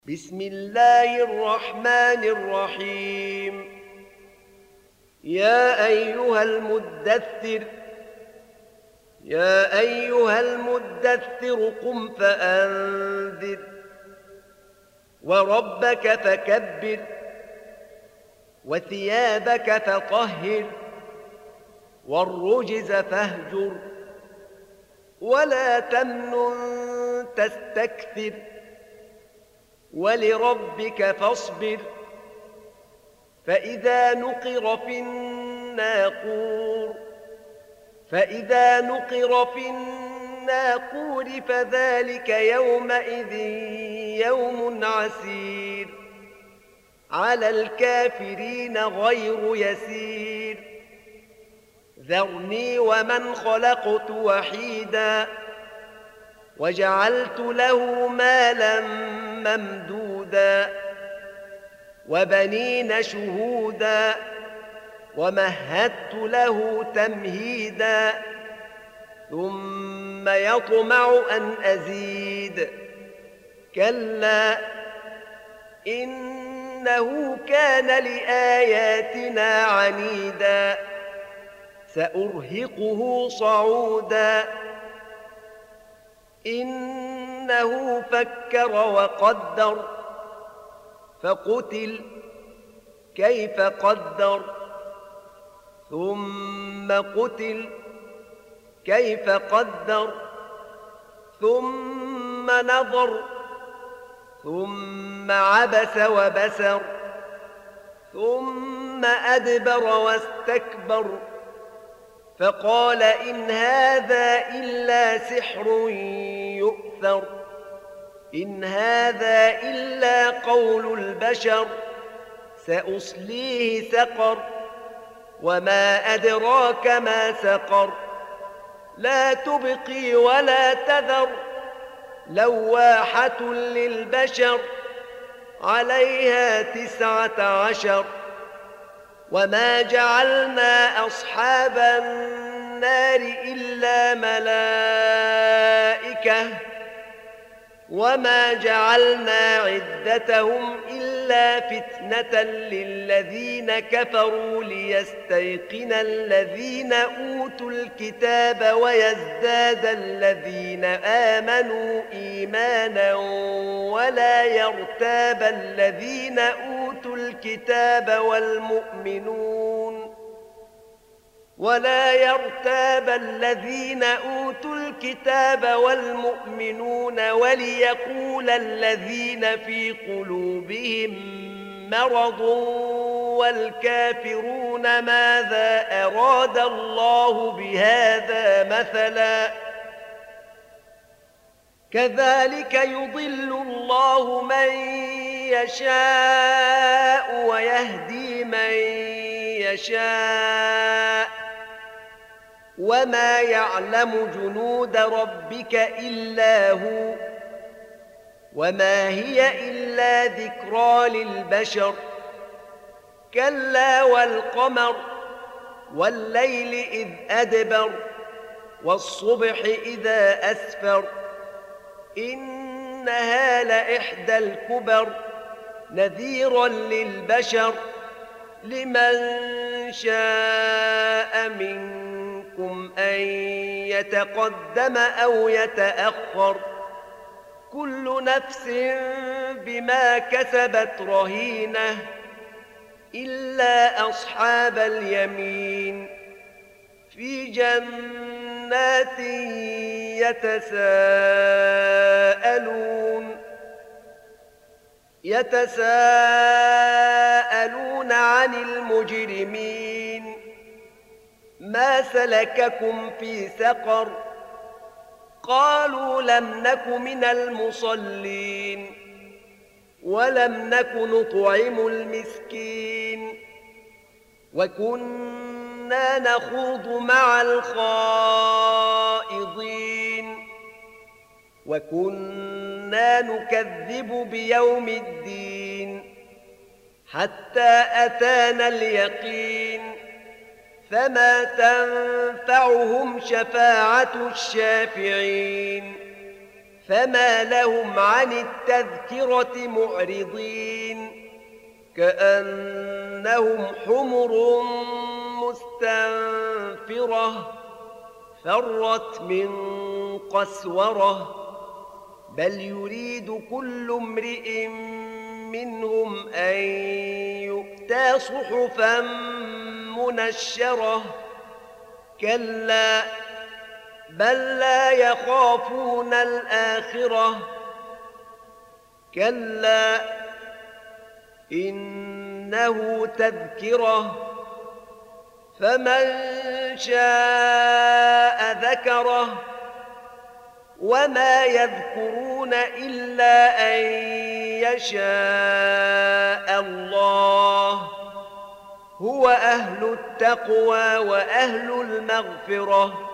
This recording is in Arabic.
بسم الله الرحمن الرحيم. يا أيها المدثر قم فأنذر وربك فكبر وثيابك فطهر والرجز فاهجر ولا تمنن تستكثر ولربك فاصبر. فإذا نقر في الناقور فذلك يومئذ يوم عسير على الكافرين غير يسير. ذرني ومن خلقت وحيدا وجعلت له مالا ممدودا وبنين شهودا ومهدت له تمهيدا ثم يطمع أن أزيد. كلا إنه كان لآياتنا عنيدا سأرهقه صعودا. إنه فكر وقدر فقتل كيف قدر ثم قتل كيف قدر ثم نظر ثم عبس وبسر ثم أدبر واستكبر فقال إن هذا إلا سحر يؤثر إن هذا إلا قول البشر سأصليه سقر وما أدراك ما سقر لا تبقي ولا تذر لواحة للبشر عليها 19. وما جعلنا أصحاب النار إلا ملائكة وما جعلنا عدتهم إلا فتنة للذين كفروا ليستيقن الذين أوتوا الكتاب ويزداد الذين آمنوا إيمانا ولا يرتاب الذين أوتوا الكتاب والمؤمنون وليقول الذين في قلوبهم مرض والكافرون ماذا أراد الله بهذا مثلا كذلك يضل الله من يشاء ويهدي من يشاء وما يعلم جنود ربك إلا هو وما هي إلا ذكرى للبشر. كلا والقمر والليل إذ أدبر والصبح إذا أسفر إنها لإحدى الكبر نذيرا للبشر لمن شاء منكم أن يتقدم أو يتأخر كل نفس بما كسبت رهينة إلا أصحاب اليمين في جنات يتساءلون عن المجرمين ما سلككم في سقر قالوا لم نك من المصلين ولم نك نطعم المسكين وكنا نخوض مع الخائضين وكنا نكذب بيوم الدين حتى أتانا اليقين فما تنفعهم شفاعة الشافعين فما لهم عن التذكرة معرضين كأنهم حمر مستنفرة فرت من قسورة بل يريد كل امرئ منهم أن يؤتى صحفا منشرة كلا بل لا يخافون الآخرة كلا إنه تذكرة فمن شاء ذكره وما يذكرون إلا أن يشاء الله هو أهل التقوى وأهل المغفرة